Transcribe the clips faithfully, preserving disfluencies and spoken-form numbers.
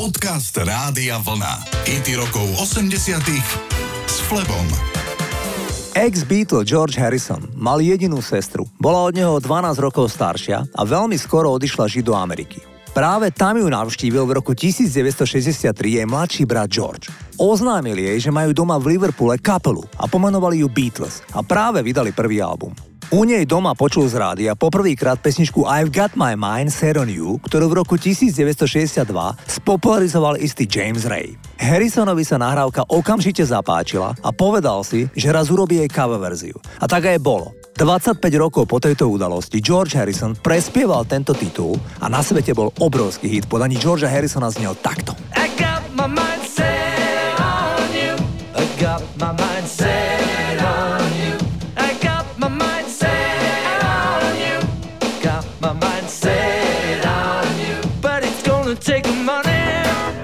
Podcast Rádia Vlna. Hity rokov osemdesiatych s Flebom. Ex-Beatle George Harrison mal jedinú sestru. Bola od neho dvanásť rokov staršia a veľmi skoro odišla žiť do Ameriky. Práve tam ju navštívil v roku devätnásťstošesťdesiattri jej mladší brat George. Oznámil jej, že majú doma v Liverpoole kapelu a pomenovali ju Beatles a práve vydali prvý album. U nej doma počul z rádia poprvýkrát pesničku I've Got My Mind Set on You, ktorú v roku devätnásťstošesťdesiatdva spopularizoval istý James Ray. Harrisonovi sa nahrávka okamžite zapáčila a povedal si, že raz urobí jej cover verziu. A tak aj bolo. dvadsaťpäť rokov po tejto udalosti George Harrison prespieval tento titul a na svete bol obrovský hit. Podaní Georgea Harrisona znel takto. I got my mind set on you. I got my mind set on you. I got my mind set on you. Got my mind set on you. But it's gonna take money,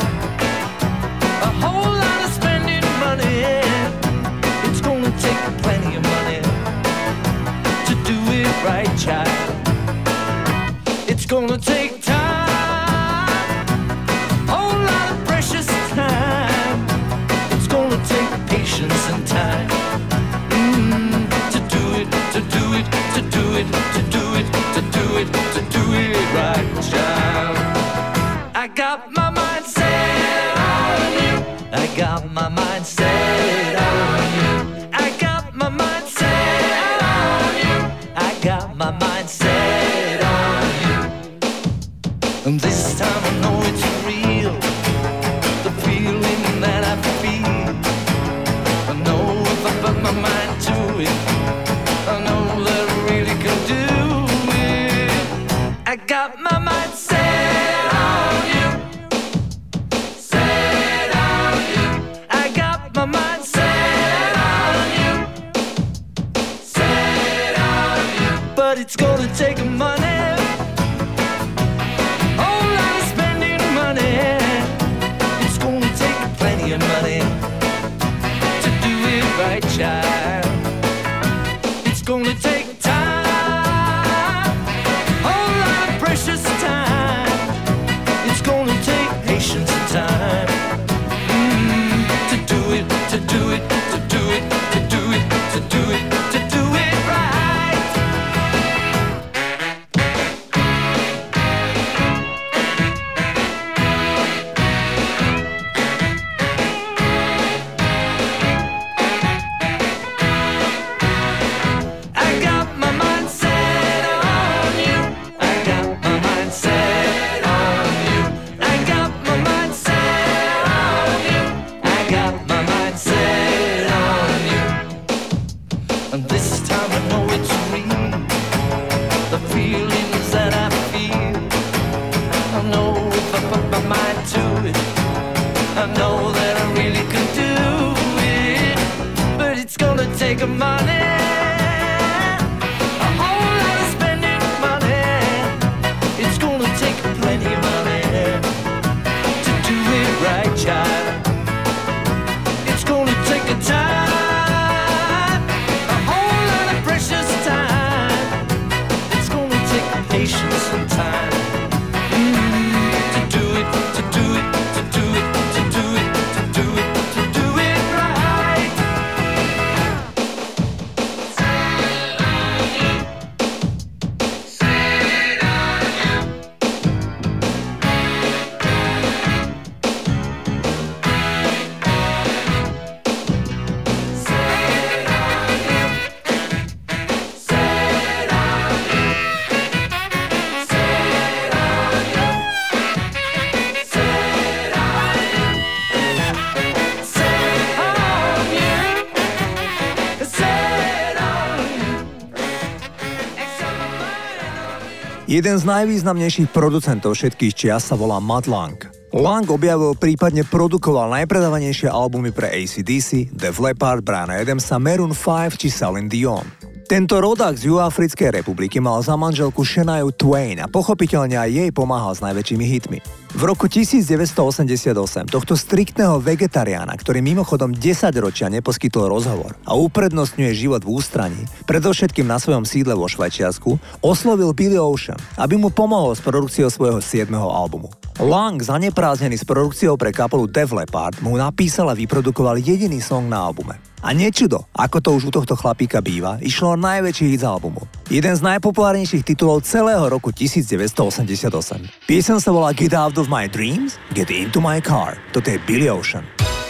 a whole lot of spending money. It's gonna take plenty of money to do it right, child. It's gonna take time, whole lot of precious time. It's gonna take patience and time mm, to do it, to do it, to do it, to do it, to do it, to do it right, child. I got my mind set on you. I got my mind set on you. I got my mind set on you. I got my mind set on you. And this time I know it's real, the feeling that I feel. I know if I put my mind to it, I know that I really can do it. I got my mind set on you, set on you. I got my mind set on you, set on you. But it's gonna take money, whole lot of spending money. It's gonna take plenty of money to do it right, child. It's gonna take time, whole lot of precious time. It's gonna take patience and time mm, to do it, to do it, to do it, to do it, to do it, to do it right. I got my mind set on you. I got my mind set on you. I got my mind set on you. I got my mind set on you. And this time I know it's real, the feelings that I feel. I know if I put my mind to it, I know that I really can do it. But it's gonna take a money, a whole lot of spending money. It's gonna take plenty of money to do it right, child. It's gonna take a time, a whole lot of precious time. It's gonna take patience and time mm, to do it, to do it, to do it, to do it, to do it, to do it right. Jeden z najvýznamnejších producentov všetkých čias sa volá Mutt Lange. Lang objavil, prípadne produkoval najpredávanejšie albumy pre á cé dé cé, Def Leppard, Briana Adamsa, Maroon päť či Celine Dion. Tento rodák z Juhoafrickej republiky mal za manželku Shania Twain a pochopiteľne aj jej pomáhal s najväčšími hitmi. V roku devätnásťstoosemdesiatosem tohto striktného vegetariána, ktorý mimochodom desaťročia neposkytol rozhovor a uprednostňuje život v ústraní, predovšetkým na svojom sídle vo Švajčiarsku, oslovil Billy Ocean, aby mu pomohol s produkciou svojho siedmeho albumu. Lang, zaneprázdnený s produkciou pre kapelu Def Leppard, mu napísal a vyprodukoval jediný song na albume. A nečudo, ako to už u tohto chlapíka býva, išlo o najväčší hit z albumu. Jeden z najpopulárnejších titulov celého roku devätnásťstoosemdesiatosem. Pieseň sa volá Get Out of My Dreams, Get Into My Car. Toto je Billy Ocean.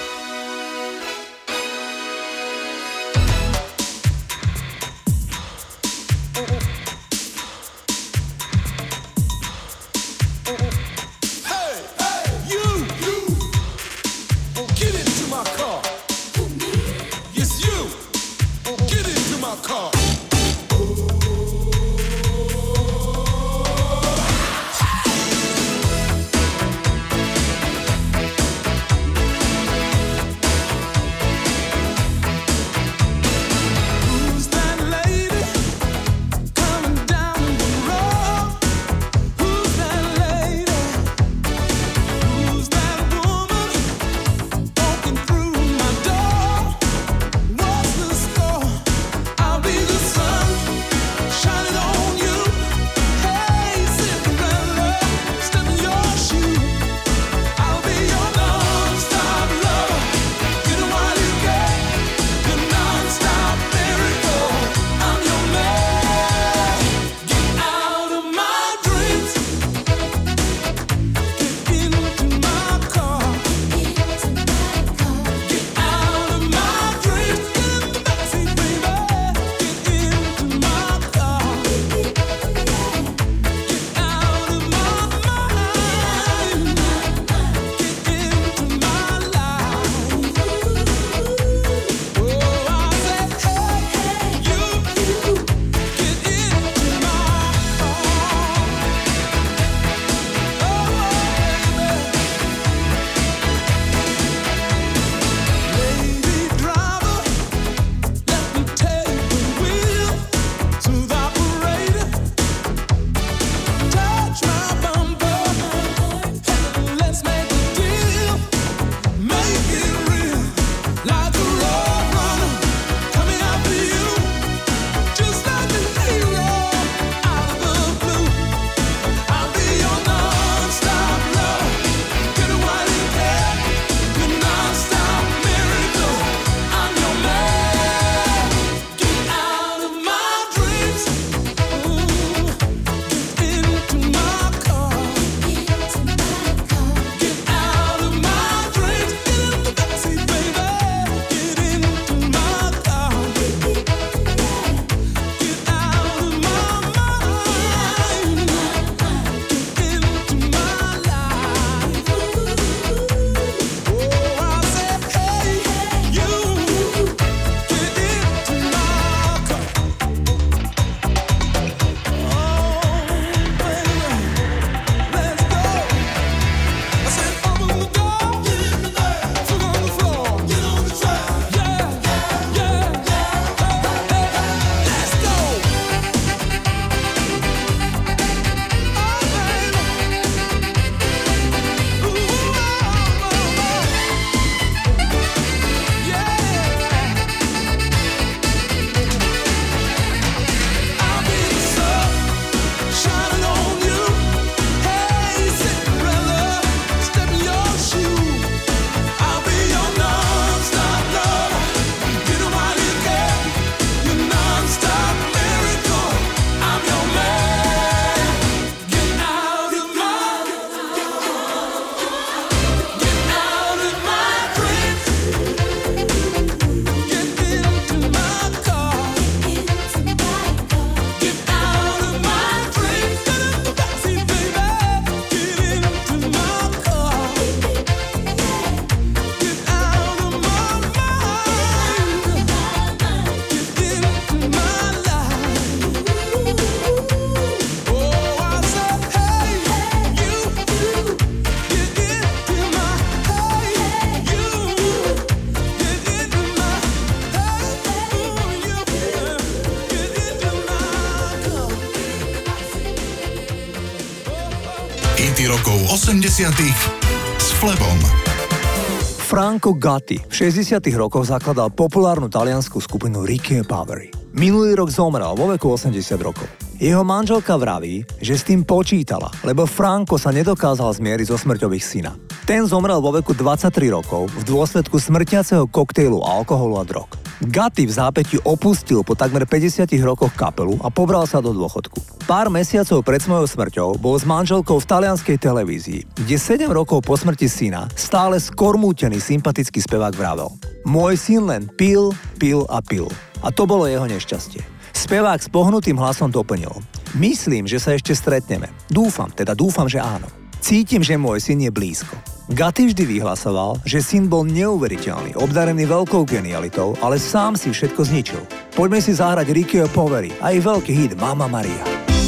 hity rokov osemdesiatych s Flebom. Franco Gatti v šesťdesiatych rokoch zakladal populárnu taliansku skupinu Ricky e Poveri. Minulý rok zomrel vo veku osemdesiat rokov. Jeho manželka vraví, že s tým počítala, lebo Franco sa nedokázal zmieriť so smrťou ich syna. Ten zomrel vo veku dvadsaťtri rokov v dôsledku smrtiaceho koktejlu alkoholu a drog. Gotti v zápätí opustil po takmer päťdesiatich rokoch kapelu a pobral sa do dôchodku. Pár mesiacov pred svojou smrťou bol s manželkou v talianskej televízii, kde sedem rokov po smrti syna stále skormútený sympatický spevák vravel: Môj syn len pil, pil a pil. A to bolo jeho nešťastie. Spevák s pohnutým hlasom doplnil: Myslím, že sa ešte stretneme. Dúfam, teda dúfam, že áno. Cítim, že môj syn je blízko. Gotti vždy vyhlasoval, že syn bol neuveriteľný, obdarený veľkou genialitou, ale sám si všetko zničil. Poďme si zahrať Rickyho Poveri a ich veľký hit Mamma Maria.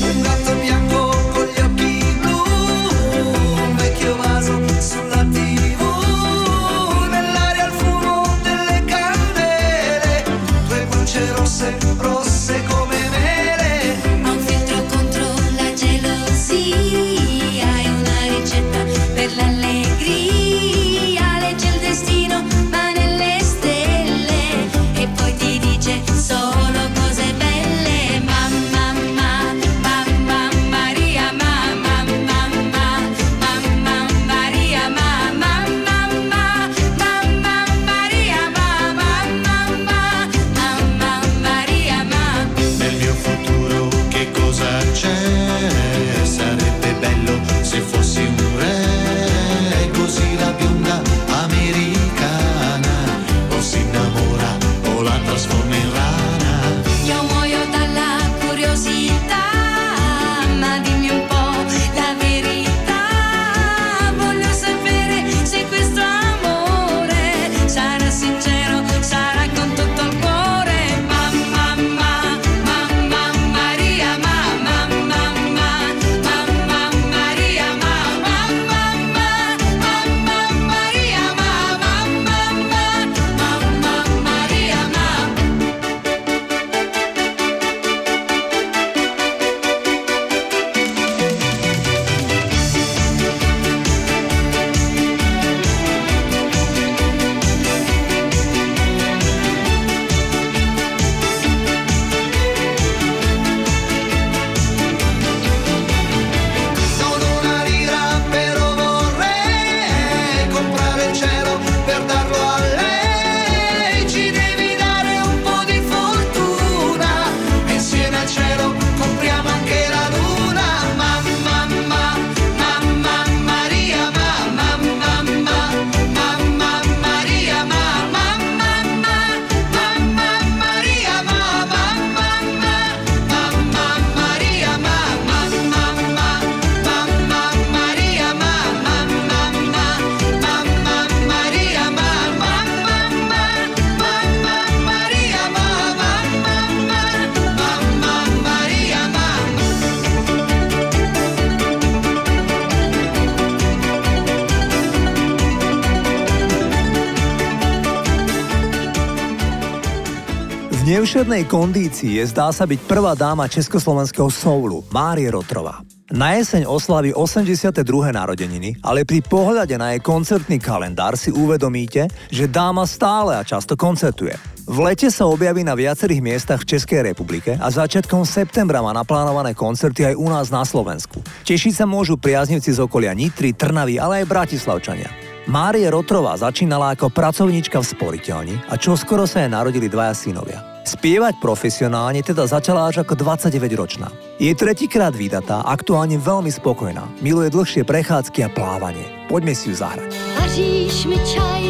V nevšednej kondícii je zdá sa byť prvá dáma československého soulu, Márie Rotrová. Na jeseň oslaví osemdesiate druhé narodeniny, ale pri pohľade na jej koncertný kalendár si uvedomíte, že dáma stále a často koncertuje. V lete sa objaví na viacerých miestach v Českej republike a začiatkom septembra má naplánované koncerty aj u nás na Slovensku. Tešiť sa môžu priaznivci z okolia Nitry, Trnavy, ale aj Bratislavčania. Márie Rotrová začínala ako pracovníčka v sporiteľni a čoskoro sa jej narodili dvaja synovia. Spievať profesionálne teda začala až ako dvadsaťdeväťročná. Je tretíkrát vydatá, aktuálne veľmi spokojná. Miluje dlhšie prechádzky a plávanie. Poďme si ju zahrať. Vaříš mi čaj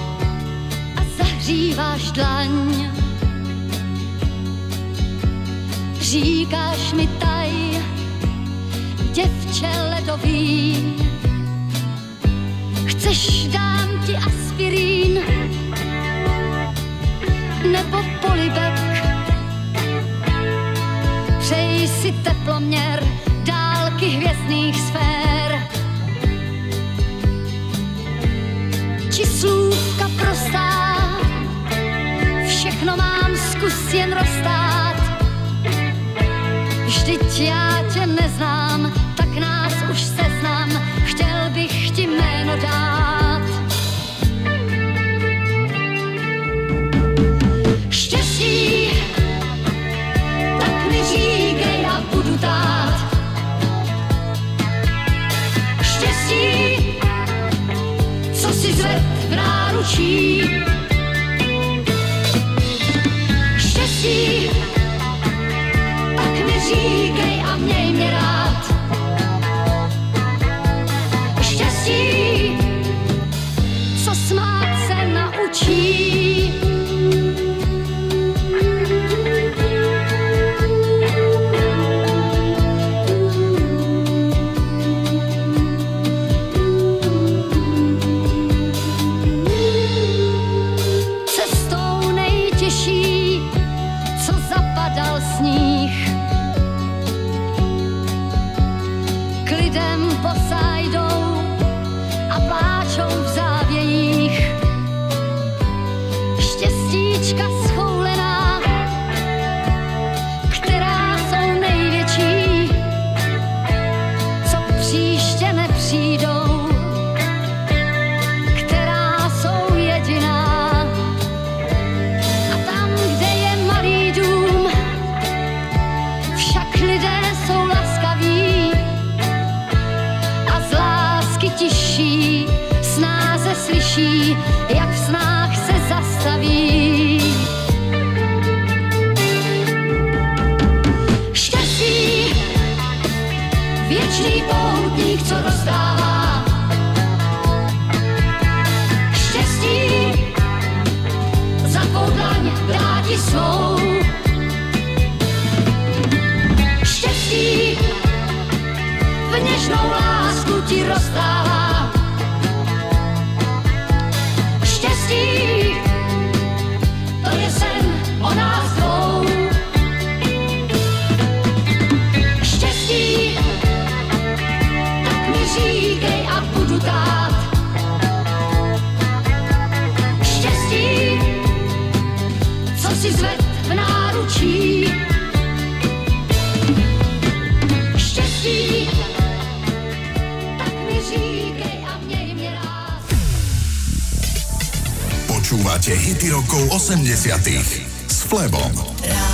a zahříváš dlaň. Říkáš mi taj, děvče ledový. Chceš, dám ti aspirín nebo polibek. Přeji si teploměr dálky hvězdných sfér. Či slůvka prostá, všechno mám, zkus jen roztát. Vždyť já tě neznám, tak nás už seznam, chtěl bych ti jméno dát. Štěstí, tak mi říkej a budu co si zved v náručí. Štěstí, tak mi říkej a měj mě rád. Štěstí, co smát se naučí. Jak v snách se zastaví. Štěstí, věčný poutník, co rozdává. Štěstí, za tvou dlaň dá ti svou. Štěstí, v něžnou lásku ti rozdává. To je sen o nás dvou. Štěstí, tak mi říkej a budu tát. Štěstí, co si zved v náručí. Štěstí, tak mi říkej a měj mě rád. Počúvate hity rokov osemdesiatych s Flebom.